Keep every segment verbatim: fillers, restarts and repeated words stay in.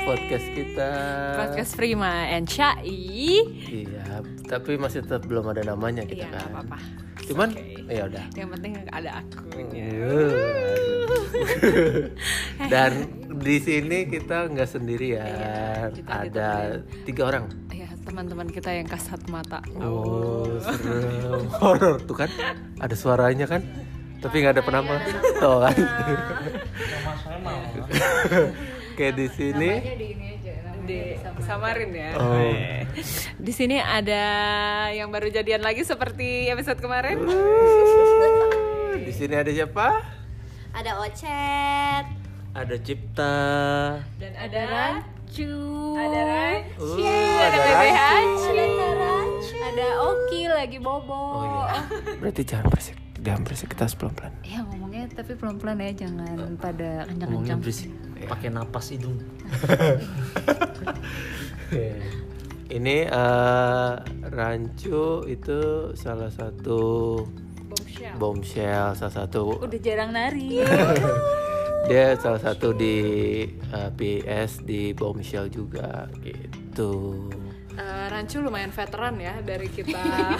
podcast kita. Podcast Prima and Syai. Iya, tapi masih tetap belum ada namanya kita Iya, kan. nggak apa-apa. Cuman, Okay. ya udah. Yang penting ada akunya. Dan di sini kita nggak sendirian. Iya, kita ada ditemenin. tiga orang. Iya, teman-teman kita yang kasat mata. Oh, serem. Horor tuh kan. Ada suaranya kan. Tapi nggak ada penambah. Tuh kan. Nama saya mau. Kayak di sini. Di samarin ya. Oh. Di sini ada yang baru jadian lagi seperti episode kemarin. Di sini ada siapa? Ada Ocet. Ada Cipta. Dan ada Rancu. Ada Uh, Ada ada Bebe Rancu. Haci. Ada Rancu. Ada Oki lagi bobo. Oh iya. Berarti jangan berisik. Jangan berisik, kita harus pelan-pelan. Ya ngomongnya tapi pelan-pelan ya, jangan pada Ngomongnya kencang-kencang. berisik. Pakai napas hidung. Ini uh, Rancu itu salah satu Bombshell. bombshell, salah satu Udah jarang nari. dia salah satu di uh, P S di bombshell juga gitu. Uh, Rancu lumayan veteran ya dari kita.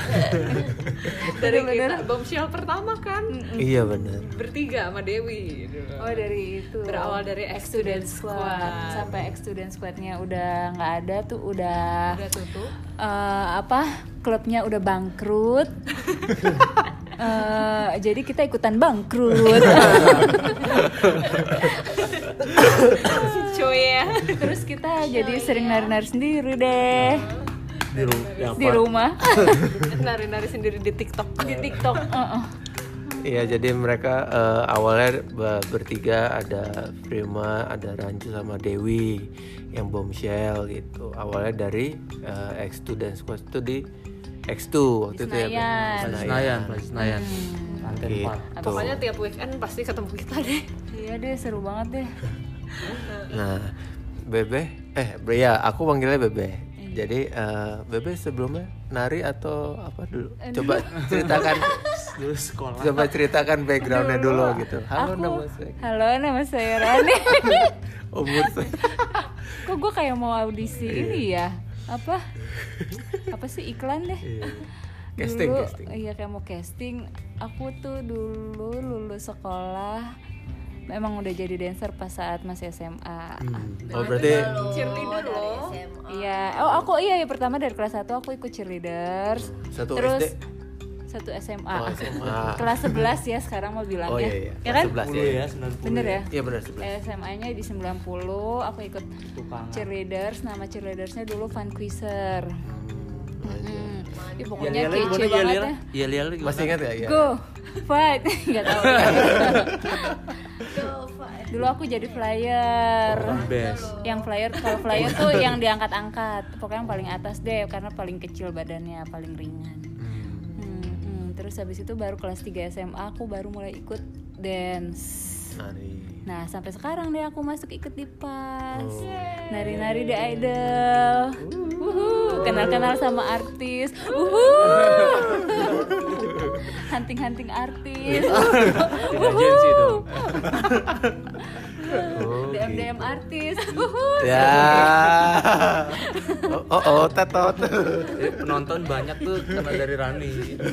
dari kita bombshell pertama kan. Iya benar. Bertiga sama Dewi. Oh dari itu Berawal dari Ex-Student Squad. sampai ex-student squadnya udah nggak ada tuh udah Udah tutup. eh, apa klubnya udah bangkrut. Eh, jadi kita ikutan bangkrut. Cuy ya. Terus kita jadi sering nari-nari sendiri deh Di, ru- di di apa? rumah Nari-nari sendiri di TikTok. di TikTok. Uh-uh. Iya, jadi mereka uh, awalnya be- bertiga, ada Prima, ada Rancu sama Dewi yang bombshell gitu. Awalnya dari uh, ex-student squad itu di X dua waktu itu ya. Senayan. Ben? Plaza Senayan, Plaza Senayan. Lantai Gitu. empat. Pokoknya tiap weekend pasti ketemu kita deh. Iya deh seru banget deh. Nah, Bebe, eh ya aku panggilnya Bebe. Jadi uh, Bebe sebelumnya nari atau apa dulu? Coba ceritakan, Dulu sekolah. coba ceritakan backgroundnya dulu gitu. Halo, Aku, nama saya. halo nama saya Rani. Umur saya. Kok gue kayak mau audisi ini ya? Apa? Apa sih iklan deh? Iya. Casting, dulu, casting. Iya kayak mau casting. Aku tuh dulu lulus sekolah memang udah jadi dancer pas saat masih S M A. Hmm. Oh berarti Cheerleader loh. Iya. Oh aku iya ya pertama dari kelas satu aku ikut cheerleaders. satu Terus S D. satu S M A. Oh, S M A. Kelas sebelas ya sekarang mau bilangnya. Oh iya iya. Ya kan? sebelas sepuluh ya. ya, sembilan puluh. Bener ya? Iya benar sebelas. S M A-nya di sembilan puluh, aku ikut Tukangan. cheerleaders, nama cheerleadersnya dulu Van Quisser. Hmm. Ih, pokoknya Iya, Lial, kece gimana? Iya, banget Lial? ya. Iya, Lial, gimana? Masih ingat ya? Iya. Go, fight, nggak tahu. Dulu aku jadi flyer. Best. Yang flyer, kalau flyer tuh yang diangkat-angkat, pokoknya yang paling atas deh, karena paling kecil badannya, paling ringan. Hmm, hmm. Terus habis itu baru kelas tiga S M A aku baru mulai ikut dance. Nari. Nah sampai sekarang deh aku masuk ikut di P A S, nari-nari di Idol, Wuhu. Kenal-kenal sama artis, Wuhu. Hunting-hunting artis, Tidak agensi itu. Oh, D M D M gitu. artis, Wuhu. Ya. Oh oh, oh tetot. Jadi penonton banyak tuh karena dari Rani.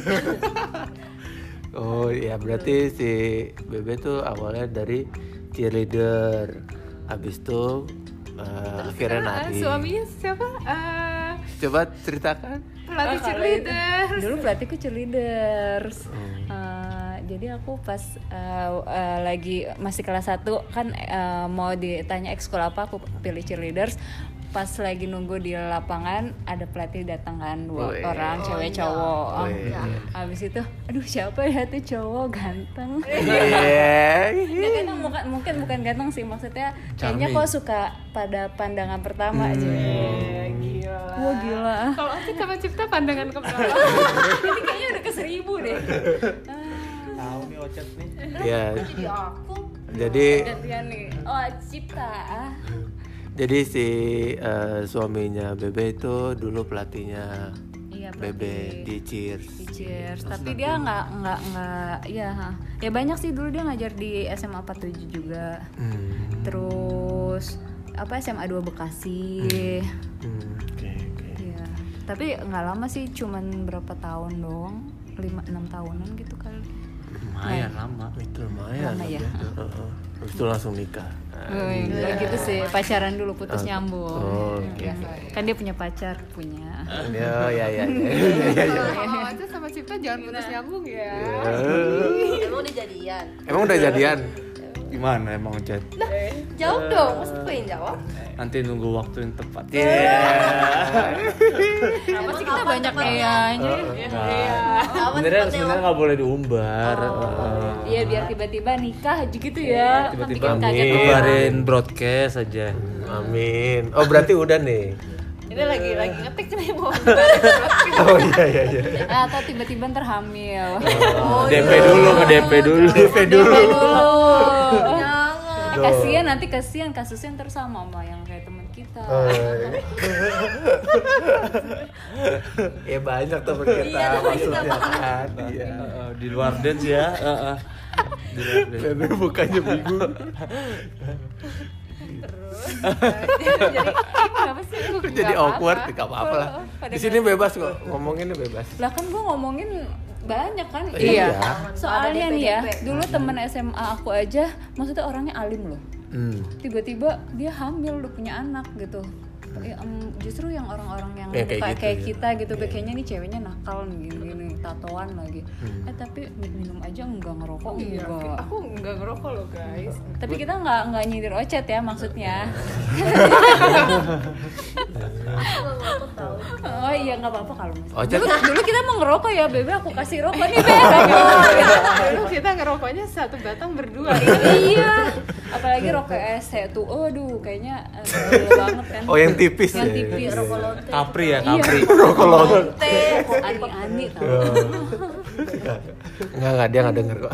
Oh ya berarti si Bebe tuh awalnya dari cheerleader. Habis itu uh, akhirnya nari. Suaminya siapa? Eh, Coba ceritakan. pelatih Oh, kalau cheerleader. Dulu pelatihku cheerleaders. Hmm. Uh, jadi aku pas uh, uh, lagi masih kelas satu kan uh, mau ditanya ekskul apa aku pilih cheerleaders. Pas lagi nunggu di lapangan ada pelatih datang kan dua Wih. orang cewek cowok. Wih. Habis itu aduh siapa ya tuh cowok ganteng. Iya. Nggak ganteng bukan mungkin bukan ganteng sih maksudnya kayaknya kok suka pada pandangan pertama aja. Gila. Wah gila. Kalau Acik sama Cipta pandangan ke berapa? Ini kayaknya udah ke seribu deh. Tahu nih Ocet nih. Ya. Jadi aku Jadi Gantian nih. Oh Cipta. Ah. jadi si uh, suaminya Bebe itu dulu pelatihnya Iya, Bebe pelatih. di Cheers. Di Cheers. Tapi dia nggak nggak nggak ya ha. Ya banyak sih dulu dia ngajar di S M A empat puluh tujuh juga. Hmm. Terus apa S M A dua Bekasi. Hmm, oke oke. Iya. Tapi nggak lama sih, cuman berapa tahun doang, lima enam tahunan gitu kali. Lumayan lama. Itu lumayan. Lama ya? Heeh. Terus itu langsung nikah. Oh, enggak gitu sih, pacaran dulu putus nyambung. Oh, oke. Kan dia punya pacar, punya. Ya ya ya. Ya ya. Oh, aja sama Cipta jangan putus nyambung ya. Emang udah jadian? Emang udah jadian? Gimana emang Chat? Jawab dong, masa gue yang jawab? Nanti nunggu waktu yang tepat. Kenapa sih kita banyak kayaknya? Sebenarnya sebenarnya nggak boleh diumbar. Heeh. Iya, biar tiba-tiba nikah aja gitu ya. Kan Tiba-tiba bikin kaget. amin. Keluarin broadcast aja. Amin. Oh berarti udah nih. Ini lagi lagi ngetik nih mau. Oh iya iya iya. Atau tiba-tiba ntar hamil. D P dulu ke D P dulu. D P dulu. Jangan. Kasian nanti kasian kasusnya ntar sama sama yang kayak teman kita. Oh, iya. Ya banyak teman kita Iya, teman kita maksudnya kan. Iya. Heeh, di luar dance ya. Heeh. Di luar dance. Bebe bukannya bingung. Kenapa sih? Kok jadi awkward? Gak apa-apa lah. Pada Di sini bebas kok, ngomonginnya bebas. Lah kan gue ngomongin banyak kan. Iya. Soalnya Ada nih ya, D P D P. dulu temen S M A aku aja, maksudnya orangnya alim loh. Hmm. Tiba-tiba dia hamil udah punya anak gitu. Ya, em, justru yang orang-orang yang Ya, kayak kayak, gitu kayak ya. kita gitu, Iya. kayaknya nih ceweknya nakal nih, gini-gini, tatoan lagi. Hmm. Eh tapi minum aja enggak, ngerokok Iya, enggak. aku nggak ngerokok loh guys. Tapi kita nggak nggak nyindir Ocet ya maksudnya. Aku tahu. Oh iya nggak apa-apa kalau misalnya. Ocet? Dulu, dulu kita mau ngerokok ya, Bebe aku kasih rokok nih Bebe. rokok. Dulu kita ngerokoknya satu batang berdua. Iya. Apalagi rokok es tuh, aduh kayaknya eh, gila banget kan. Oh yang tipis Yang ya? tipis. Rokok lonte. Capri ya, Iya. Capri. Rokok lonte. Kok ani-ani tau. Enggak, enggak, dia nggak denger kok.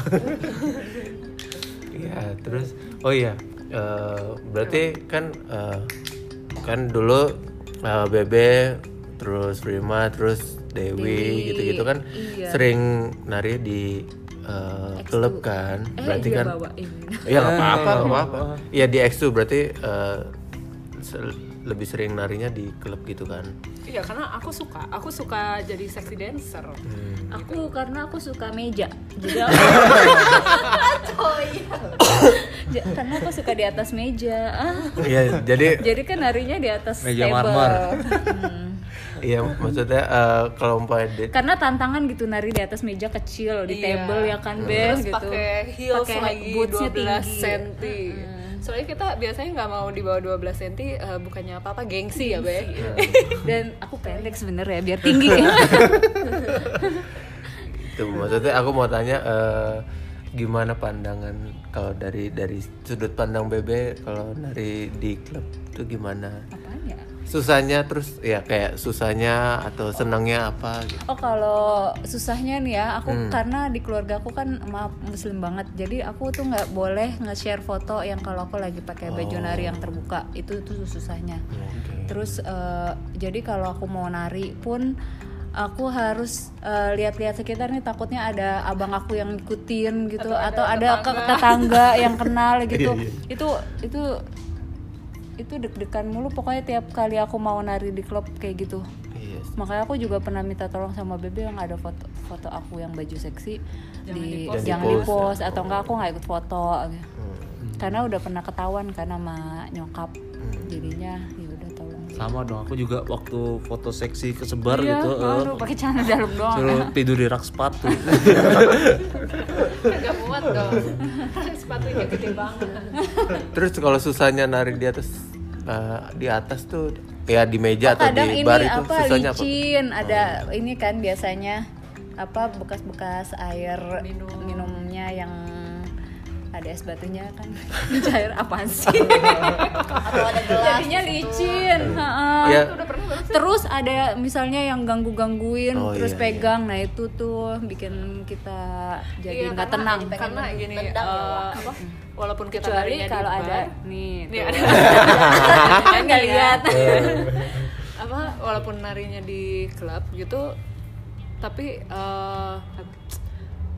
Iya, terus oh iya, eh, berarti kan eh, kan dulu eh, Bebe, terus Prima, terus Dewi, Dewi, gitu-gitu kan iya. sering nari di eh, X klub two. kan, Eh, berarti dia kan? bawain. Iya nggak apa-apa, nggak apa-apa. Iya di X two berarti eh, se- lebih sering narinya di klub gitu kan? Iya karena aku suka, aku suka jadi sexy dancer. Aku karena aku suka meja. Jadi aku, Oh iya. Ja- karena aku suka di atas meja. Ah. Iya, jadi Jadi kan narinya di atas Meja table. marmer. Hmm. iya maksudnya eh, kalau umpamanya di- Karena tantangan gitu nari di atas meja kecil di Iya. table ya kan Be Terus gitu. pakai heels Pakai lagi bootsnya dua belas tinggi. senti. Soalnya kita biasanya nggak mau di bawah dua belas senti, eh, bukannya apa-apa gengsi ya, Be. Dan aku pendek sebenarnya biar tinggi. Itu maksudnya aku mau tanya eh, gimana pandangan kalau dari dari sudut pandang Bebe kalau nari di klub itu gimana? Apaan ya? Susahnya terus ya kayak susahnya atau senangnya apa gitu. Oh kalau susahnya nih ya, aku Hmm. karena di keluarga aku kan maaf muslim banget, jadi aku tuh nggak boleh nge-share foto yang kalau aku lagi pakai baju nari yang terbuka, itu tuh susahnya. Oke. Terus eh, jadi kalau aku mau nari pun aku harus eh, lihat-lihat sekitar nih, takutnya ada abang aku yang ngikutin gitu atau, ada, ke tetangga yang kenal gitu. Iya, iya. Itu itu itu deg-degan mulu pokoknya tiap kali aku mau nari di klub kayak gitu. Iya. Makanya aku juga pernah minta tolong sama Bebe yang ada foto foto aku yang baju seksi di di-post. jangan Di-post, di-post ya. atau enggak aku nggak ikut foto gitu. Hmm. Karena udah pernah ketahuan kan sama nyokap. Jadinya ya udah tolong. Sama dong, aku juga waktu foto seksi kesebar Iya, gitu. eh, aduh, pakai celana dalam doang. Suruh tidur di rak sepatu. Nggak muat dong. Sepatunya gede banget. Terus kalau susahnya nari di atas eh, di atas tuh ya di meja atau Kadang di ini bar itu apa susahnya apa? licin, ada ini kan biasanya apa bekas-bekas air Minum. minumnya yang ada es batunya kan cair apaan sih? Atau ada gelas. Jadinya licin. heeh. Ya, Terus ada misalnya yang ganggu-gangguin, Oh, terus iya, pegang, nah itu tuh bikin kita jadi Iya, nggak karena- tenang. Karena gini, Tendang ya, eh, Wak. apa? Walaupun kita Kecuali narinya di kalau bar, ada nih, nih tuh. ada kan nggak lihat. apa walaupun narinya di klub gitu, tapi eh,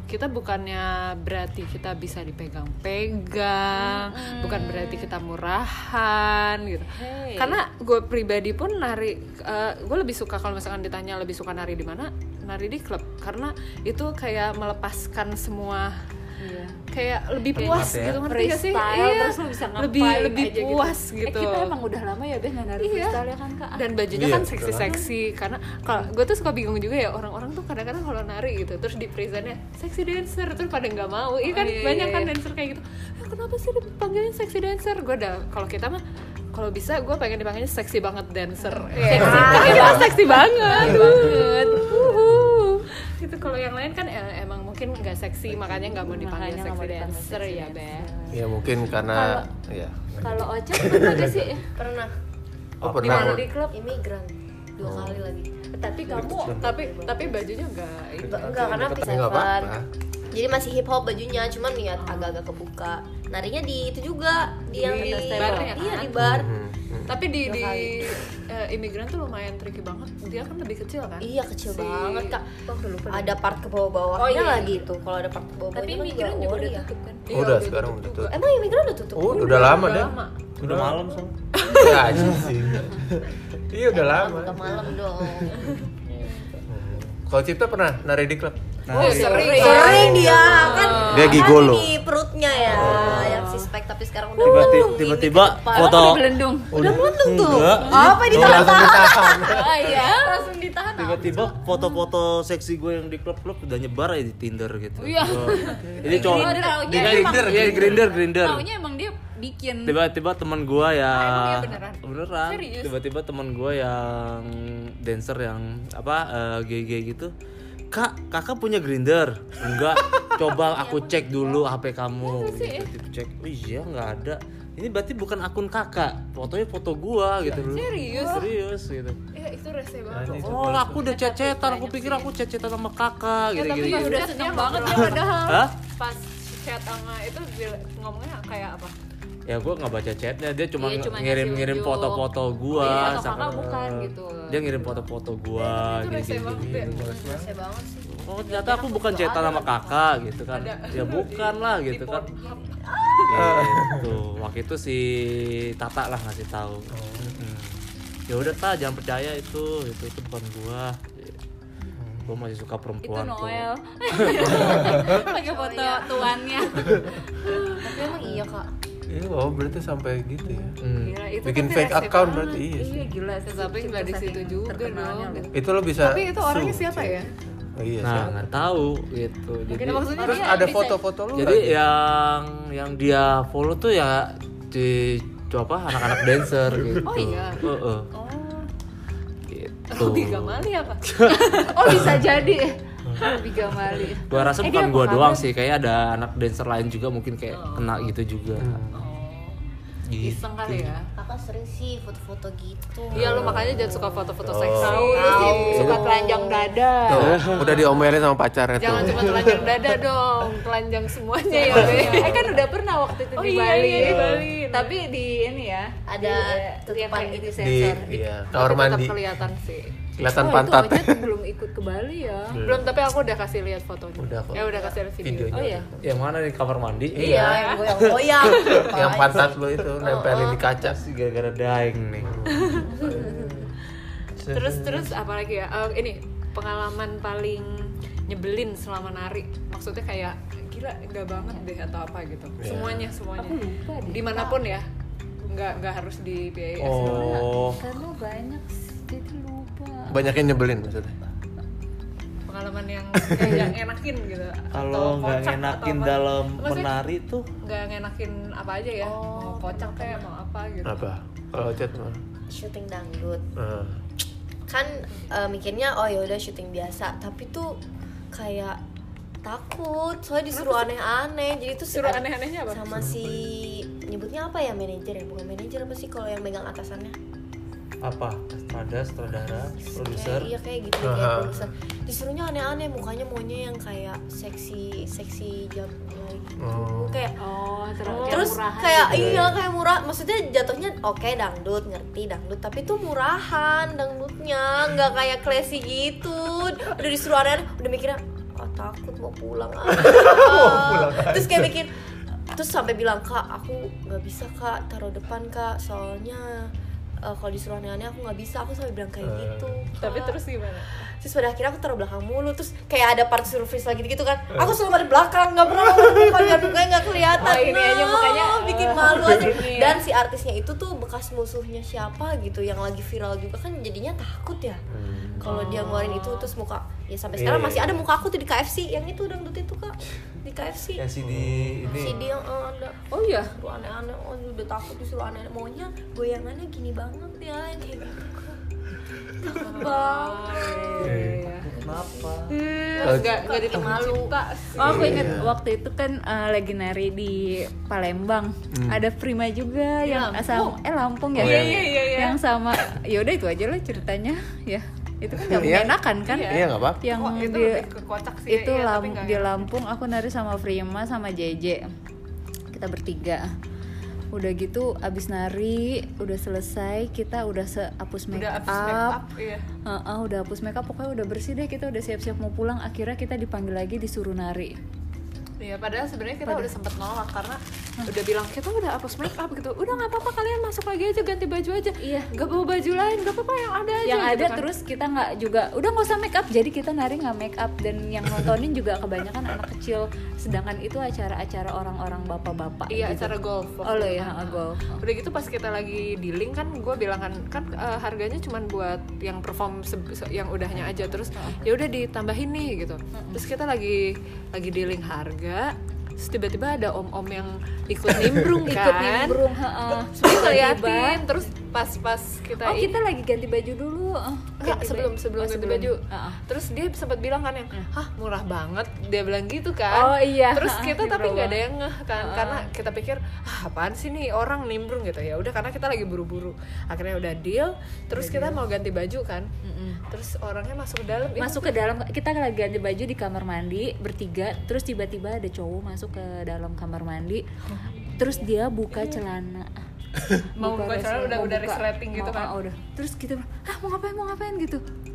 kita bukannya berarti kita bisa dipegang-pegang, hmm. bukan berarti kita murahan gitu. Hey. Karena gue pribadi pun nari, uh, gue lebih suka kalau misalkan ditanya lebih suka nari di mana, nari di klub, karena itu kayak melepaskan semua. Iya. Kayak lebih puas ya? Gitu, ngerti gak sih? Iya. Terus lu bisa ngapain lebih lebih aja puas gitu. gitu. Eh, kita emang udah lama ya Ben nari iya. freestyle ya kan Kak. Dan bajunya iya, kan seksi-seksi karena kalau gue tuh suka bingung juga ya orang-orang tuh kadang-kadang kalau nari gitu terus di presentnya seksi dancer terus pada nggak mau. Iya kan oh, iya, banyak iya. kan dancer kayak gitu. Eh, kenapa sih dipanggilnya seksi dancer? Gue udah kalau kita mah kalau bisa gue pengen dipanggilnya seksi banget dancer. Yeah. Seksi, tapi kita seksi banget. banget. Gitu kalau yang lain kan eh, emang mungkin nggak seksi makanya nggak mau dipanggil makanya seksi dipanggil dancer seksi ya Ben. Ya mungkin karena kalo, ya. Kalau Ocha pernah gak sih? Pernah. Oh, Di mana pernah. di klub? Imigran dua Oh. kali lagi. Tapi kamu Tapi tapi bajunya enggak Enggak, enggak karena P Nggak tujuh. apa-apa. Jadi masih hip hop bajunya, cuman nih agak-agak kebuka. Narinya di itu juga, di yang di barnya iya kan? di bar. Hmm, hmm. Tapi di Dua di kali. uh, imigran tuh lumayan tricky banget. Dia kan lebih kecil kan? Iya kecil Si- banget kak. Oh, lupa deh. Ada part ke bawah-bawahnya Oh, iya. lagi tuh. Kalau ada part ke bawah-bawahnya Tapi kan imigran juga worry udah ya. tutup kan? Iya, Udah sekarang udah tutup tutup. Emang imigran udah tutup? Oh, udah lama udah deh. lama. Udah malam so. Ya aja sih. Iya udah lama. Bukan malam dong. Kalau Cipta pernah nari di klub? Oh, sering. Sering dia kan. Dia gigolo. Kan di perutnya ya, yang sispek tapi sekarang udah Tiba-tiba- melendung nih, tiba-tiba di depan. foto- Udah belendung. Udah melendung tuh. Enggak. Apa Oh, ditahan? langsung ditahan. Oh iya, langsung ditahan. Tiba-tiba foto-foto seksi gue yang di klub-klub udah nyebar aja di Tinder gitu. Iya. Oh. Ini cowok Grindr, taunya di emang Grindr, dia- ya Grindr, Grindr. Taunya emang dia bikin. Tiba-tiba teman gue ya Ah, emang iya beneran? beneran. Serius? Tiba-tiba teman gue yang dancer yang apa eh, gay-gay gitu. Kak, kakak punya Grindr? Enggak. Coba aku cek dulu H P kamu. Gitu, gitu, cek. Oh iya, nggak ada. Ini berarti bukan akun kakak. Fotonya foto gua gitu loh. Serius? Serius gitu. Ya itu rese banget. Oh, aku udah chat-chatan. Aku pikir aku chat-chatan sama kakak Ya, gitu tapi gitu. pas udah chat seneng dia banget ngobrol. ya padahal. Hah? Pas chat sama itu bil- ngomongnya kayak apa? Ya gua nggak baca chatnya, dia cuma Iya, cuma ngirim-ngirim ngasih unjuk. foto-foto Oh, gua. iya, sama sama- kakak bukan gitu. Dia ngirim foto-foto gua Itu gitu. rese banget ya. Rese banget sih. Oh ternyata aku bukan chatan sama kakak gitu kan. Ya bukan lah gitu kan. Gitu. Waktu itu si Tata lah ngasih tahu. Hmm. Ya udah Ta, jangan percaya itu, itu itu bukan gua. Gua masih suka Itu perempuan kok. Noel. Pakai foto tuannya. Tapi emang iya kak. Iya, oh berarti sampai gitu ya. Hmm. Gila, itu Bikin tapi fake rese account banget. berarti iya sih. Iya gila. Tapi nggak di situ juga terkenalnya dong. loh. Itu lo bisa. Tapi itu orangnya sue, siapa Cik. ya? Oh iya. Nah, siapa? nggak tahu gitu. Jadi Mungkin maksudnya Terus dia ada bisa- foto-foto lu jadi lagi? yang yang dia follow tuh ya di apa anak-anak dancer gitu. Oh iya. Heeh. Oh, Gitu. Robi Gamali apa? Oh bisa jadi. Robi Gamali. Gua rasa Eh, bukan dia gua apa doang kabar? sih, kayak ada anak dancer lain juga mungkin kayak kena gitu juga. Gitu. Iseng kali ya. Kakak sering sih foto-foto gitu. Iya lu makanya jangan suka foto-foto Oh. seksi. Tahu, suka telanjang dada. Tuh, udah diomelin sama pacarnya Jangan tuh. cuma telanjang dada dong, telanjang semuanya ya Be. Eh kan udah pernah waktu itu Oh di iya, Bali. iya, di Bali. Tapi di ini ya. Ada di, yang tutupan kayak gitu Di sensor. iya, Tapi kamar tetap mandi. kelihatan sih. Kelihatan Oh, pantat. itu Ocha belum ikut ke Bali ya. Belum, tapi aku udah kasih lihat fotonya. Udah kok. Ya udah kasih lihat video. Videonya. Oh iya. Yang mana nih kamar mandi? Iya, yang goyang-goyang. Yang pantat lu itu nempelin di kaca. Sih gara-gara daeng nih. Terus terus apa lagi ya? Eh, ini pengalaman paling nyebelin selama nari. Maksudnya kayak gila enggak banget deh atau apa gitu. Iya. Semuanya semuanya. Aku lupa deh. Dimanapun ya. Enggak enggak harus di B I S. Oh. Karena banyak sih, jadi lupa. Banyak yang nyebelin maksudnya. Pengalaman yang kayak yang enakin gitu. Kalau Atau nggak kocak ngenakin atau apa. dalam Maksudnya menari tuh nggak ngenakin apa aja ya. Oh, mau kocak kayak mau apa gitu. Apa? Kalau chat mana? Syuting dangdut. Nah, Kan eh, mikirnya oh ya udah syuting biasa, tapi tuh kayak takut soalnya disuruh aneh-aneh. Jadi tuh Suruh aneh-anehnya apa? sama si nyebutnya apa ya, manajer ya, bukan manajer apa sih kalau yang megang atasannya? apa? Strada, sutradara, produser. Kayak, iya kayak gitu deh, kayak Aha. produser. Disuruhnya aneh-aneh, mukanya maunya yang kayak seksi seksi jam gitu. Oh. Kayak Oh, terus, terus kayak iya kayak murah, maksudnya jatuhnya oke dangdut, ngerti dangdut, tapi tuh murahan dangdutnya, nggak kayak classy gitu. Udah disuruh aneh-aneh, udah mikirnya oh takut mau pulang aja. Terus kayak mikir, terus sampai bilang kak aku nggak bisa kak taruh depan kak soalnya uh, kalau disuruh aneh-aneh aku nggak bisa, aku sampai bilang kayak gitu. Tapi terus gimana? Terus pada akhirnya aku taruh belakang mulu, terus kayak ada part surface lagi gitu kan, aku selalu ada belakang, nggak pernah depan, nggak mukanya nggak kelihatan. Oh, ini aja mukanya bikin malu aja. Dan si artisnya itu tuh bekas musuhnya siapa gitu, yang lagi viral juga kan, jadinya takut ya. Kalau dia ngeluarin itu terus muka, ya sampai sekarang masih ada muka aku tuh di K F C, yang itu dangdut itu kak, di K F C. Ya si di ini. Si dia yang uh, ada. Oh iya. Disuruh aneh-aneh, oh udah takut disuruh aneh-aneh, maunya goyangannya gini banget ya, yang kayak gitu. Takut banget. Kenapa? Nggak nggak ditemuin malu. cinta. Oh, aku ingat waktu itu kan uh, lagi nari di Palembang. Ada Prima juga yang sama eh Lampung ya. Iya, iya, iya, iya. Yang sama ya udah itu aja lah ceritanya ya. Itu kan enggak Iya. mengenakan kan? Iya nggak apa. Yang Oh, itu di lebih ke kocak sih. itu iya, Lam- tapi nggak di enak. Lampung aku nari sama Prima sama J J. Kita bertiga. Udah gitu abis nari udah selesai, kita udah sehapus make Udah up, abis make up, iya. Uh, uh, udah hapus make up, pokoknya udah bersih deh, kita udah siap-siap mau pulang. Akhirnya kita dipanggil lagi disuruh nari. Iya, padahal sebenarnya kita udah sempet nolak karena udah bilang kita udah hapus make up gitu. Udah nggak apa-apa, kalian masuk lagi aja, ganti baju aja. Iya. Nggak bawa baju lain, nggak apa-apa, yang ada aja. Yang gitu ada kan. terus kita nggak juga udah nggak usah make up, jadi kita nari nggak make up, dan yang nontonin juga kebanyakan anak kecil, sedangkan itu acara-acara orang-orang bapak-bapak. Iya, gitu. acara golf. Oh lo waktu itu ya, kan. golf. Udah gitu pas kita lagi dealing kan, gue bilang kan kan uh, harganya cuma buat yang perform se- se- yang udahnya aja, terus ya udah ditambahin nih gitu. Terus kita lagi lagi dealing harga, terus tiba-tiba ada om-om yang ikut nimbrung kan. Ikut nimbrung, heeh. Terus ngeliatin, Tiba-tiba. terus pas-pas kita Oh ini- kita lagi ganti baju dulu. uh, Enggak, ganti sebelum baju. sebelum Oh, ganti sebelum. baju. Uh-uh. Terus dia sempat bilang kan yang, "Hah, murah banget." Dia bilang gitu kan. Oh, iya. Terus kita Murah tapi nggak ada banget. yang ngeh kan, karena kita pikir, "Ah, apaan sih nih orang nimbrung gitu." Ya udah, karena kita lagi buru-buru. Akhirnya udah deal, terus kita mau ganti baju kan. Terus orangnya masuk ke dalam. ya, Masuk ke dalam, kita lagi ganti baju di kamar mandi bertiga, terus tiba-tiba ada cowok masuk ke dalam kamar mandi, terus dia buka celana. Mau buka celana, udah- mau udah buka. resleting gitu Mau- kan. ah, udah. Terus kita bilang, ah mau ngapain mau ngapain gitu.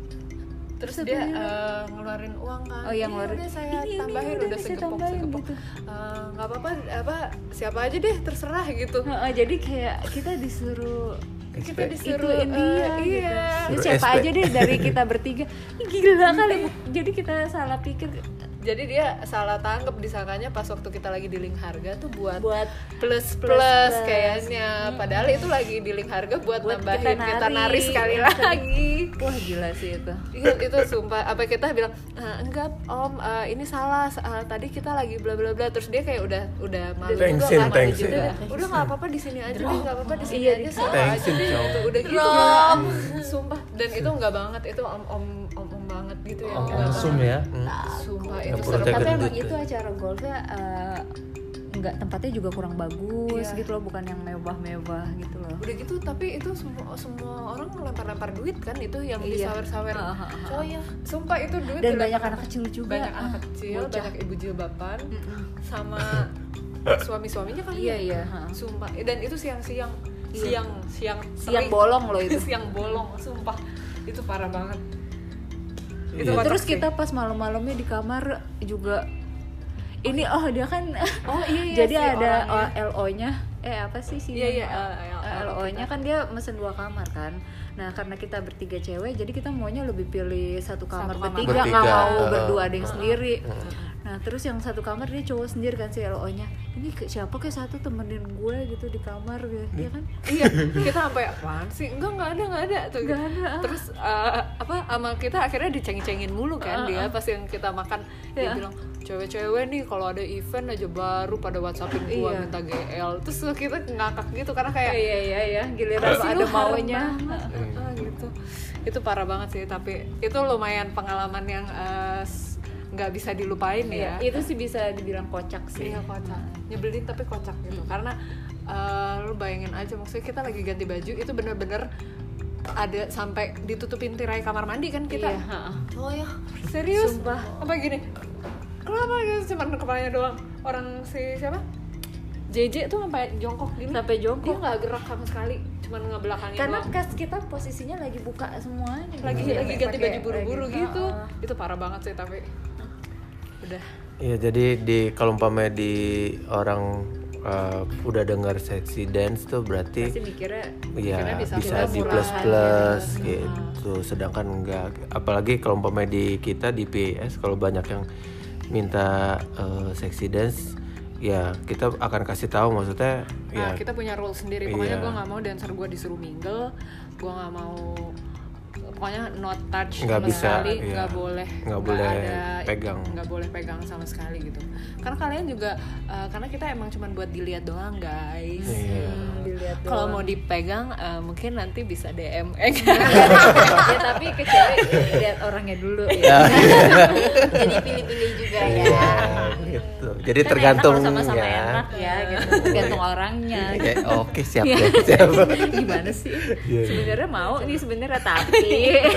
Terus Terus dia apa eh, ngeluarin uang kan. Oh, iya, "Ini ngeluarin. udah saya Ini, ini, tambahin, udah udah saya segepok tambahin," segepok. gitu. Eh, nggak apa-apa, apa siapa aja deh terserah gitu. Heeh, jadi kayak kita disuruh Kita disuruh ituin eh, dia iya. gitu. Ini Suruh siapa S P. aja deh dari kita bertiga. Ih, gila kali. Jadi kita salah pikir Jadi dia salah tangkep, disangkanya pas waktu kita lagi dealing harga tuh buat buat plus plus, plus. kayaknya. Padahal itu lagi dealing harga buat, Buat nambahin kita kita nari, nari. sekali lagi. wah gila sih itu. Ingat itu sumpah, apa kita bilang, "Ah, enggak om, eh, ini salah, Ah, tadi kita lagi bla bla bla." Terus dia kayak udah udah malu juga Thanksin, kan. thanksin. Udah, udah nggak apa-apa di sini aja deh, nggak apa-apa di sini Iya, aja, di- sama aja Thanksin, deh cowok. gitu. Udah gitu kan. Sumpah, dan itu enggak banget, itu om om om, om banget gitu ya. Oh, Nggak langsung banget. ya. Sumpah Nggak itu perlu serem. jaga Tapi emang gendut itu ya. acara golfnya eh, nggak, tempatnya juga kurang bagus Iya. gitu loh, bukan yang mewah-mewah gitu loh. Udah gitu, tapi itu semua semua orang lempar-lempar duit kan, itu yang Iya. disawer-sawer. Ah, ah, ah. Oh ya, sumpah itu duit Dan dilempar- banyak anak kecil juga. Banyak anak Ah, kecil, bocah. banyak ibu jilbaban, sama suami-suaminya kali Iya, ya. iya, ha. Sumpah, dan itu siang-siang, Iya. siang, siang, Siang terik. bolong loh itu. Siang bolong, sumpah, itu parah banget. Iya. kocak Terus sih. kita pas malam-malamnya di kamar juga ini oh dia kan Oh iya, iya, jadi si ada orangnya. L O-nya eh apa sih sih Iya, iya, L O L O-nya kan dia mesen dua kamar kan. Nah karena kita bertiga cewek, jadi kita maunya lebih pilih satu kamar, Satu kamar. bertiga, nggak Bertiga, mau uh, berdua ada yang uh, sendiri. Nah terus yang satu kamar dia cowok sendiri kan si L O-nya. Ini ke, siapa kayak satu temenin gue gitu di kamar gitu, ya kan? Iya, kita sampai apaan sih? Enggak, enggak ada, enggak ada tuh. Nggak ada. Terus uh, apa sama kita akhirnya diceng-cengin mulu kan Uh, dia uh. pas yang kita makan. Dia Iya. bilang, "Cewek-cewek nih kalau ada event aja baru pada WhatsAppin gua Iya. minta G L." Terus kita ngakak gitu karena kayak Iya iya iya, giliran "Apa sih ada lu harem maunya. banget?" Ah, gitu. Itu parah banget sih, tapi itu lumayan pengalaman yang uh, s- nggak bisa dilupain ya. Iya, itu sih bisa dibilang kocak sih. Iya, kocak, nyebelin tapi kocak gitu. Karena uh, lu bayangin aja, maksudnya kita lagi ganti baju itu bener-bener ada sampai ditutupin tirai kamar mandi kan kita. Iya, ha-ha. Oh ya, Serius? Sumpah. Apa gini? Kenapa gitu? Cuman kepalanya doang. Orang si siapa? J J tuh sampai jongkok gini. Sampai jongkok. Dia nggak gerak sama sekali, cuman ngebelakangin Karena doang. kas kita posisinya lagi buka semuanya. lagi Iya, lagi ganti pakai- baju buru-buru lagi- gitu. ha-ha. Itu parah banget sih, tapi udah. Iya, jadi di kalau umpamanya di orang uh, udah dengar sexy dance tuh berarti Pasti mikirnya ya mikirnya bisa bisa, plus di murahan plus plus gitu. gitu. Sedangkan enggak, apalagi kalau umpamanya di kita di P S kalau banyak yang minta uh, sexy dance, ya kita akan kasih tahu maksudnya Nah, ya kita punya rule sendiri. Pokoknya Iya. gue nggak mau dancer gue disuruh mingle, gue nggak mau, pokoknya not touch Nggak sama bisa, sekali, iya. nggak boleh, Nggak boleh ada, pegang. nggak boleh pegang sama sekali gitu. Karena kalian juga, uh, karena kita emang cuma buat dilihat doang guys. Iya. Hmm, dilihat Kalau doang. mau dipegang, uh, mungkin nanti bisa D M. Ya tapi ke cewek lihat orangnya dulu ya. Jadi pilih-pilih juga ya. Iya, gitu. Jadi Kan tergantung enak kalau sama-sama ya. enak ya gitu. Tergantung orangnya. Oke, oke siap deh, siap. Gimana sih? Iya, iya. Sebenarnya mau nih sebenarnya tapi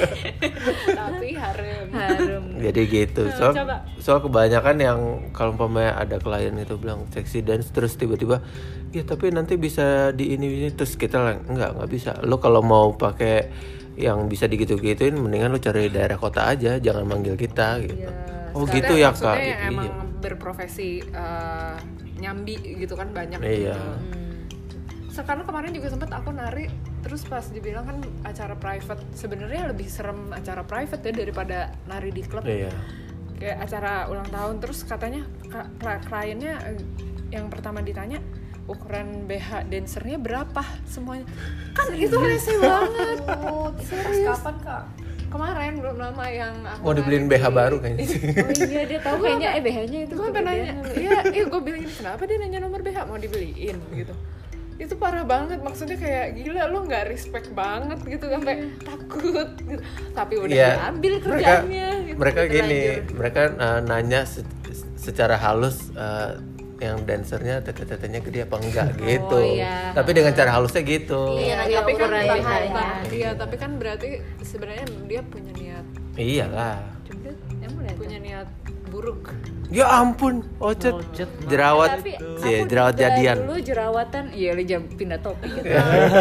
Tapi harem. harum. Jadi gitu. Soal, Coba. soal kebanyakan yang kalau umpamanya ada klien itu bilang sexy dance terus tiba-tiba ya tapi nanti bisa di ini ini terus kita lang enggak enggak bisa. Lo kalau mau pakai yang bisa digitu-gituin mendingan lo cari daerah kota aja, jangan manggil kita gitu. Oh Maksudnya- gitu ya maksudnya Kak. yang emang Iya. berprofesi uh, nyambi gitu kan banyak Iya. gitu. Sekarang kemarin juga sempet aku nari, terus pas dibilang kan acara private, sebenarnya lebih serem acara private ya daripada nari di klub. Iya. Kayak acara ulang tahun, terus katanya ka- kla- kliennya eh, yang pertama ditanya ukuran B H dancernya berapa semuanya. Kan itu rese banget. Oh, itu pas kapan kak? Kemarin belum lama yang aku Mau dibeliin nari B H di- baru kayaknya. Oh iya dia tahu kayaknya eh B H-nya itu Gue sampe nanya, iya, iya gue bilang ini kenapa dia nanya nomor B H, mau dibeliin gitu. Itu parah banget, maksudnya kayak gila lo nggak respect banget gitu, sampai takut gitu. Tapi udah Iya. diambil Mereka kerjanya gitu. mereka gini, Terlanjur. mereka uh, nanya se- secara halus uh, yang dancernya tete-tetenya gede apa enggak gitu. iya. Tapi dengan cara halusnya gitu. Iya, Iya, tapi kan ukuran bukan- B H-nya. bukan- iya, tapi kan berarti sebenarnya dia punya niat, Iyalah. Emang lihat. punya niat buruk. Ya ampun, Ocet. Ocet, Jerawat, Tapi Cie, aku jerawat juga jadian. dulu jerawatan, iya lu jam pindah topik gitu.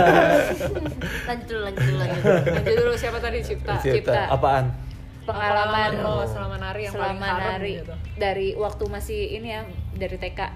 Lanjut dulu, lanjut dulu, lanjut. Lanjut dulu, siapa tadi? Cipta. Cipta. Cipta. Apaan? Pengalaman lo selama nari yang paling selama harum nari gitu. dari waktu masih ini ya dari T K.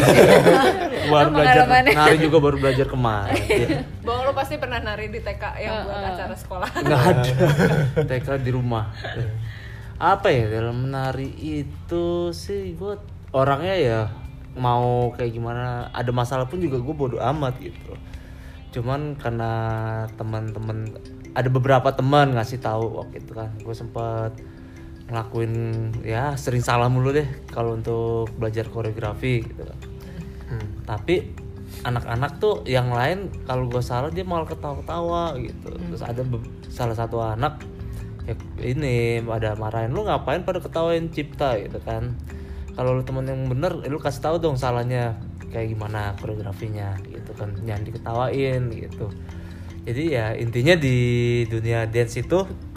Baru belajar Pengalamannya. nari juga baru belajar kemarin. Ya. Bang, lo pasti pernah nari di T K yang buat acara sekolah. Nggak ada. T K di rumah. Apa ya dalam menari itu sih gue orangnya ya mau kayak gimana ada masalah pun juga gue bodo amat gitu. Cuman karena teman-teman ada beberapa teman ngasih tahu waktu itu kan gue sempat ngelakuin ya sering salah mulu deh kalau untuk belajar koreografi gitu kan. Hmm. Tapi anak-anak tuh yang lain kalau gue salah dia malah ketawa-ketawa gitu. Terus ada be- salah satu anak ya ini ada marahin lu ngapain pada ketawain Cipta gitu kan. Kalau lu temen yang bener lu kasih tahu dong salahnya kayak gimana koreografinya gitu kan, jangan diketawain gitu. Jadi ya intinya di dunia dance itu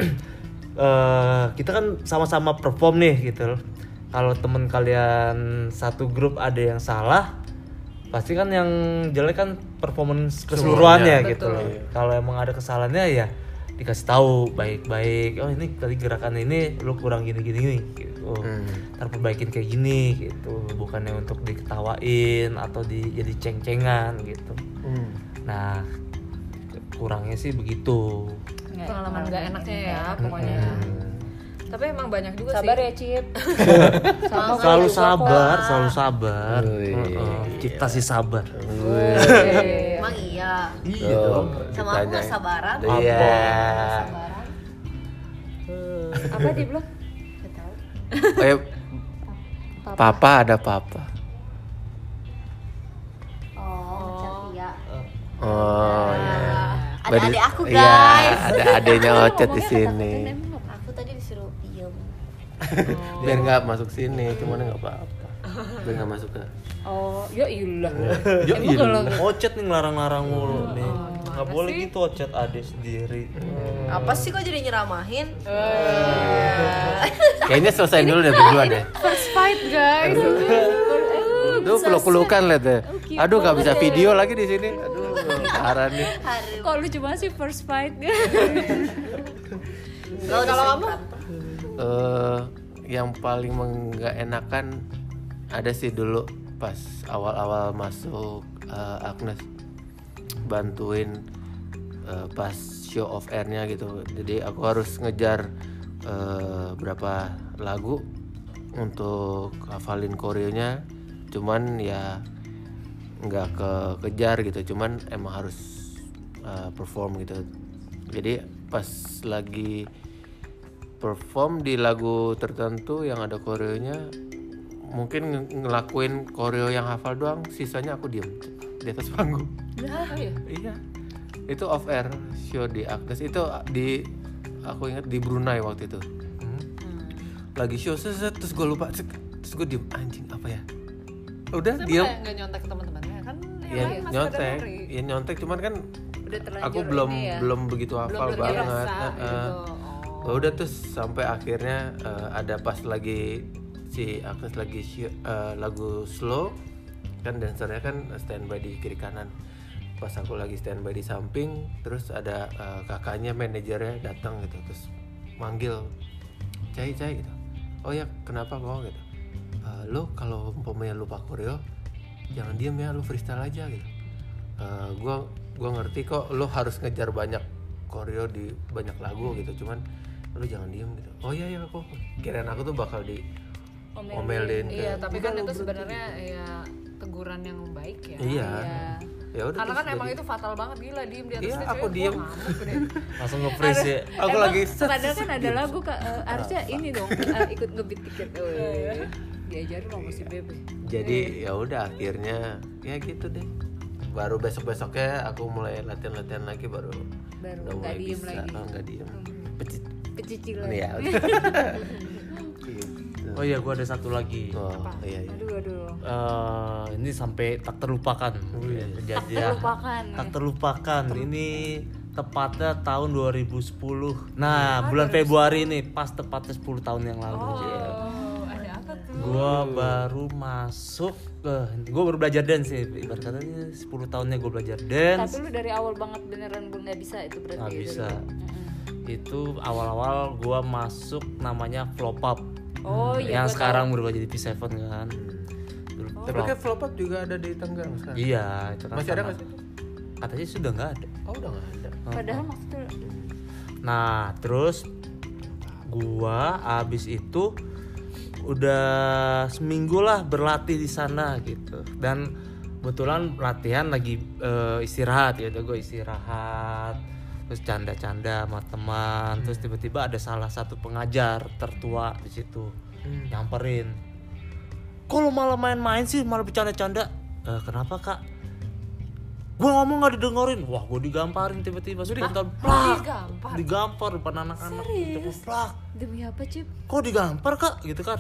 uh, kita kan sama-sama perform nih gitu. Kalau temen kalian satu grup ada yang salah, pasti kan yang jelek kan performance keseluruhannya Semuanya, gitu betul. loh. Kalau emang ada kesalahannya ya dikasih tahu baik-baik. Oh ini tadi gerakan ini lu kurang gini-gini gitu. Hmm. Ntar perbaikin kayak gini gitu. Bukannya untuk diketawain atau di jadi ceng-cengan gitu. Hmm. Nah kurangnya sih begitu. Pengalaman gak enaknya ya pokoknya. Tapi emang banyak juga Sabar sih. ya Cip. Selalu sabar, selalu sabar. Wih. Heeh. Cipta sih sabar. Emang iya. Iya Tuh, dong. Sama aku ditanya. gak sabaran. Iya. Sabaran. Apa dia bilang? Gak tahu. Eh, papa ada papa. Oh, Setia. Oh ya. Ada adik aku, Iya, guys. ada adiknya Ocet di sini. Aku tadi disuruh diem. Biar nggak masuk sini, cuman nggak apa-apa. Biar nggak masuk ke. Oh, ya iyalah. Ya Emang iya. kalau- Ocet nih ngelarang-larang mulu nih. Nggak boleh gitu Ocet adik sendiri. Apa sih kok jadi nyeramahin? Kayaknya selesai dulu deh berdua deh. First fight guys. Tuh peluk-pelukan lihat deh. Aduh nggak bisa video lagi di sini. Aduh parah nih. Harum. Kok lucu banget sih first fight. Kalau Kalau kamu? Eh yang paling nggak enakan ada sih dulu pas awal-awal masuk uh, Agnes bantuin uh, pas show off air-nya gitu. Jadi aku harus ngejar uh, berapa lagu untuk hafalin koreonya, cuman ya nggak ke kejar gitu, cuman emang harus uh, perform gitu. Jadi pas lagi perform di lagu tertentu yang ada koreonya, mungkin ngelakuin koreo yang hafal doang, sisanya aku diem di atas panggung. Oh, iya. Iya, itu off air show di Agnes itu di, aku ingat di Brunei waktu itu. Hmm. Lagi show seset terus gue lupa, terus gue diem, anjing apa ya? Udah Kenapa diem. nggak nyontek ke teman-temannya kan? Yang Ya lain masih pada nyontek, nari. ya nyontek, cuman kan Udah terlanjur aku belum ini ya. belum begitu Belum hafal terbiasa banget. gitu. Heeh. Oh. Udah terus sampai akhirnya uh, ada pas lagi si Agnes lagi show, uh, lagu slow kan, dancernya kan standby di kiri kanan. Pas aku lagi standby di samping, terus ada uh, kakaknya manajernya datang gitu, terus manggil Cai Cai gitu. Oh ya kenapa kok gitu. Uh, lo kalau umpamanya lupa koreo jangan diem ya, lo freestyle aja gitu. Uh, gua gua ngerti kok lo harus ngejar banyak koreo di banyak lagu gitu, cuman lo jangan diem gitu. Oh iya ya, aku kirain aku tuh bakal di omelin. Iya, kayak, tapi "Udah kan lo itu berhenti." sebenarnya ya teguran yang baik ya. Iya. Iya. Ya udah. Karena terus kan emang jadi- itu fatal banget, gila diem di atas Iya, stage, aku gua diem. ngamuk deh. Langsung nge-freeze ya. aku Emang lagi set, padahal set, kan ada diem. lagu Kak, eh, harusnya ini dong eh, ikut ngebit dikit. Oh, diajarin sama si Bebe. Jadi ya udah akhirnya ya gitu deh. Baru besok-besoknya aku mulai latihan-latihan lagi, baru Baru udah nggak mulai diem bisa. lagi. Oh, nggak diem. Pecit. Pecicilan. Ya. Oh iya, gue ada satu lagi. Oh, iya iya. Aduh aduh. Eh, ini sampai tak terlupakan kejadian. Terlupakan. Tak terlupakan. Ini tepatnya tahun dua ribu sepuluh. Nah, bulan Februari ini pas tepatnya sepuluh tahun yang lalu. Oh, ada apa tuh? Gua baru masuk ke gua baru belajar dance sih. Ibarat katanya sepuluh tahunnya gua belajar Tapi dance. lu dari awal banget beneran gue nggak bisa itu berarti. Nggak itu bisa. dulu. Mm-mm. Itu awal-awal gua masuk namanya Flop Up. Oh iya. yang gua sekarang berubah jadi P tujuh kan. Dulu Tapi Flop. kan Flop Up juga ada di Tenggang sekarang. Iya, itu kan Masih ada sama. nggak sih? Katanya sudah nggak ada. Oh udah nggak ada. tahu. Padahal maksudnya Nah, terus gua abis itu udah seminggu lah berlatih di sana gitu. Dan kebetulan latihan lagi eh, istirahat ya, udah gue istirahat. Terus canda-canda sama teman, terus tiba-tiba ada salah satu pengajar tertua di situ nyamperin. Kok lo malah main-main sih, malah bercanda-canda? Eh, kenapa kak? Gue ngomong gak didengerin. Wah, gue digamparin tiba-tiba spontan. Plak. Digampar? Digampar depan anak-anak. Serius? Plak. demi apa Cip? Kok digampar kak? Gitu kan.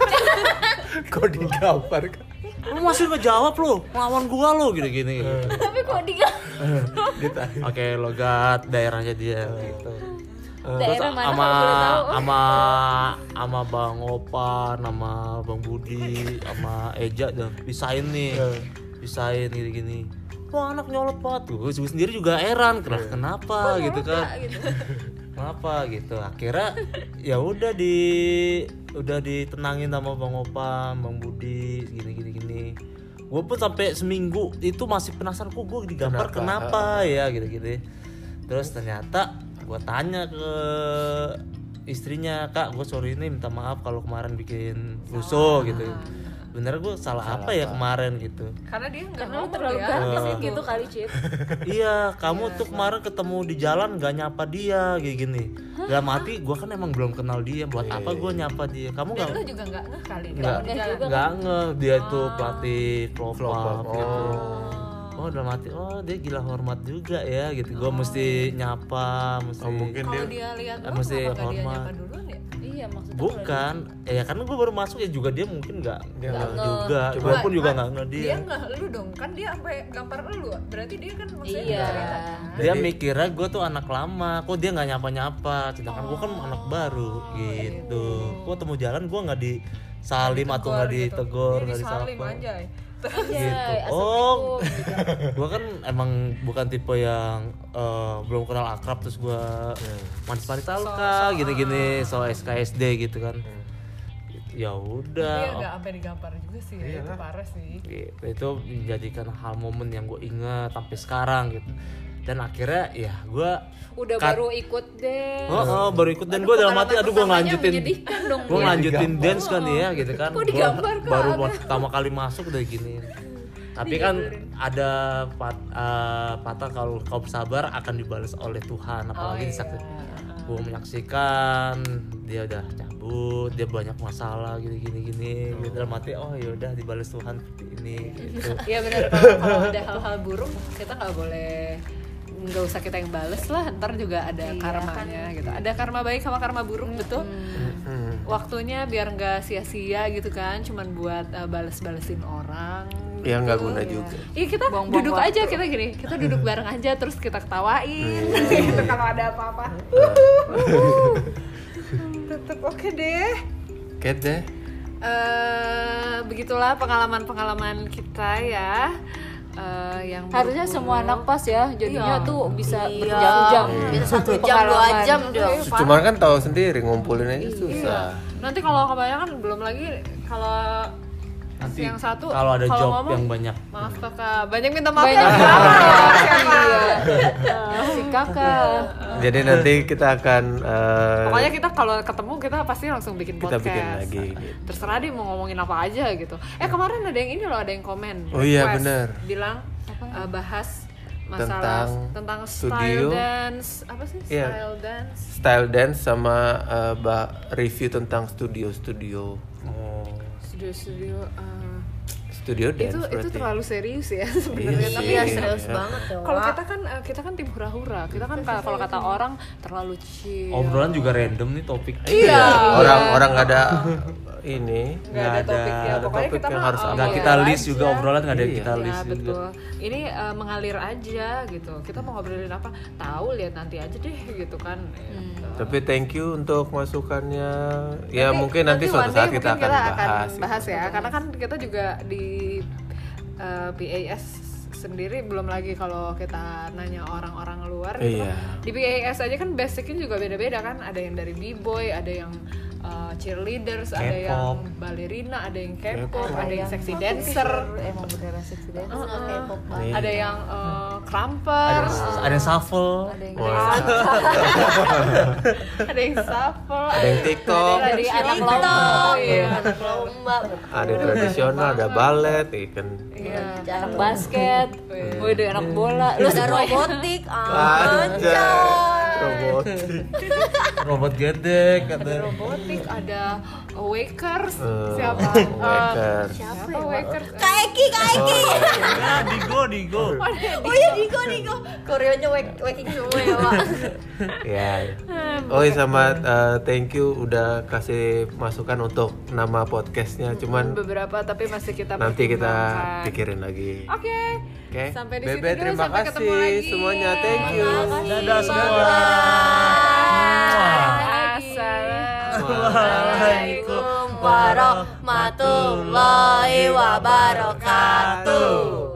Kok digampar kan? Lu masih ngejawab lo, ngelawan gua lo gini-gini. Tapi kok diga Oke, logat daerahnya dia gitu. daerah mana sama kalau boleh tahu? sama sama Bang Opan, sama Bang Budi, sama Eja dan pisahin nih. Pisahin gini-gini. Wah, anak nyolot banget. Gue sendiri juga heran, kenapa, kenapa gitu kan. Gitu. Kenapa gitu. Akhirnya ya udah di udah ditenangin sama Bang Opan, Bang Budi, gini-gini gini. Gue pun sampai seminggu itu masih penasaran kok gue digambar kenapa, kenapa ya gitu-gitu. Terus ternyata gue tanya ke istrinya, kak gue sorry nih minta maaf kalau kemarin bikin rusuh gitu. Bener gue salah, salah apa ya apa? Kemarin gitu. Karena dia nggak Karena lu ngomong terlalu ya. gratis Uh. gitu kali Cip. Iya, kamu tuh kemarin ketemu di jalan gak nyapa dia kayak gini. Dalam hati gue kan emang belum kenal dia, buat apa gue nyapa dia? Kamu Dan nggak? lu juga nggak ngeh kali dia Nggak, di jalan. juga. nggak nge dia itu pelatih flop up Oh. gitu. Oh dalam hati, oh dia gila hormat juga ya gitu. Gue mesti nyapa, mesti. Oh, mungkin Kalau dia dia lihat Eh, lu, mesti kenapa nggak dia hormat. nyapa duluan ya? Iya maksudnya. Bukan, ya karena gue baru masuk ya juga dia mungkin nggak Dia nggak nggak juga. nge. Gue pun juga Coba, nggak nge dia. Dia nggak lu dong, kan dia sampai gampar lu. Berarti dia kan maksudnya Iya. cerita kan? Dia mikirnya gue tuh anak lama, kok dia nggak nyapa-nyapa, sedangkan gue kan anak baru gitu. Gue temu jalan gue nggak disalim atau nggak ditegur, nggak disalim disapa. anjay. Gitu. Oh, gue kan emang bukan tipe yang uh, belum kenal akrab terus gue manis-manis tahu kak, gini-gini so S K S D gitu kan. ya udah. Iya nggak sampai digampar juga sih, ya, itu parah sih. Gitu. Itu menjadikan hal momen yang gue ingat sampai sekarang gitu. Dan akhirnya ya gue udah cut. baru ikut deh. Oh, oh baru ikut dan gue dalam hati aduh gue ngelanjutin gue ngelanjutin Digampar. dance kan ya gitu kan. Kok Gua digampar, Kak? baru pertama kali masuk udah gini. Tapi kan ada pat, uh, patah kalau kau sabar akan dibalas oleh Tuhan, apalagi Oh, di sakit. iya. Gue menyaksikan dia udah cabut, dia banyak masalah gini-gini gini. Gitu dalam hati oh ya udah dibalas Tuhan seperti ini gitu. Iya benar, kalau kalau ada hal-hal buruk kita nggak boleh, nggak usah kita yang bales lah, ntar juga ada Iya, karmanya gitu. Ada karma baik sama karma buruk, betul. Hmm. Waktunya biar nggak sia-sia gitu kan, cuman buat uh, bales-balesin orang. Ya nggak guna juga. Iya kita Buang-buang duduk waktu. aja, kita gini, kita duduk bareng aja terus kita ketawain gitu kalau ada apa-apa. Tetep oke deh. Oke deh. Eh begitulah pengalaman-pengalaman kita ya. Eh yang Harusnya buruk-buruk. semua anak pas ya, jadinya Iya. tuh bisa Iya. berjam-jam. Bisa satu jam dua Pengalaman. jam dong. Cuman kan tahu sendiri ngumpulin aja susah. Nanti kalau kebanyakan belum lagi kalau Nanti yang satu kalau ada kalau job ngomong, yang banyak. maaf kakak, banyak minta maaf Banyak ya kakak. Iya. Si kakak. Jadi nanti kita akan eh, Pokoknya kita kalau ketemu kita pasti langsung bikin Kita podcast. bikin lagi, gitu. Terserah dia mau ngomongin apa aja gitu. Eh kemarin ada yang ini loh, ada yang komen. Oh iya, request, bener. Bilang uh, bahas masalah Tentang tentang, studio. style dance, apa sih Iya. style dance? style dance sama eh, ba- review tentang studio-studio. Oh. Studio-studio. uh, Studio dance itu itu berarti. terlalu serius ya sebenarnya. Iya Tapi sih. ya Iya serius Iya. banget ya. kalau Wak. kita kan uh, kita kan tim hura-hura. Kita kan ka- kalau kata orang terlalu chill. Obrolan juga random nih topik. Iya, orang-orang nggak ada ini. Nggak ada Nggak ada- topik ya. ada Pokoknya topik kita yang mah harus uh, ada. Nggak kita mengalir list juga aja. obrolan nggak ada yang Iya. kita Ya list juga. betul. Ini uh, mengalir aja gitu. Kita mau ngobrolin apa? Tahu lihat nanti aja deh gitu kan. Gitu. Tapi thank you untuk masukannya. Ya mungkin nanti, one suatu day saat kita mungkin akan bahas. bahas ya. Karena kan kita juga di uh, P A S sendiri belum lagi kalau kita nanya orang-orang luar gitu Iya. kan. Di P A S aja kan basicnya juga beda-beda kan. Ada yang dari b-boy, ada yang uh, cheerleaders, ada yang K-pop. ballerina, ada yang K-pop, K-pop. ada yang sexy dancer. Emang beneran seksi deh. Aku suka K-pop banget. Ada yang uh, Ada, crumpers, ada yang shuffle. Ada yang Wah. ada yang shuffle, Ada yang TikTok, ada yang anak TikTok, lomba, iya. anak lomba. ada yang tradisional, ada ballet, ikan. Iya. anak basket, wih ada anak bola, lu Ada semua robotik, Anjay, anjay. robot. Robot gedek Ada ada. robotik, ada wakers, Eh, siapa? Wakers. Siapa wakers? Kak Eki, Kak Eki. Ya, Digo, Digo. Oh iya Digo, Digo. Koreonya wake, waking semua ya, Pak. Ya. Oh iya, sama eh, thank you udah kasih masukan untuk nama podcastnya. Cuman Beberapa tapi masih kita nanti kita pertimbangkan. pikirin lagi. Oke. Oke. Sampai di Bebe, situ dulu, terima sampai kasih ketemu lagi. semuanya. Thank you. Dadah semua. Assalamualaikum Warahmatullahi wabarakatuh.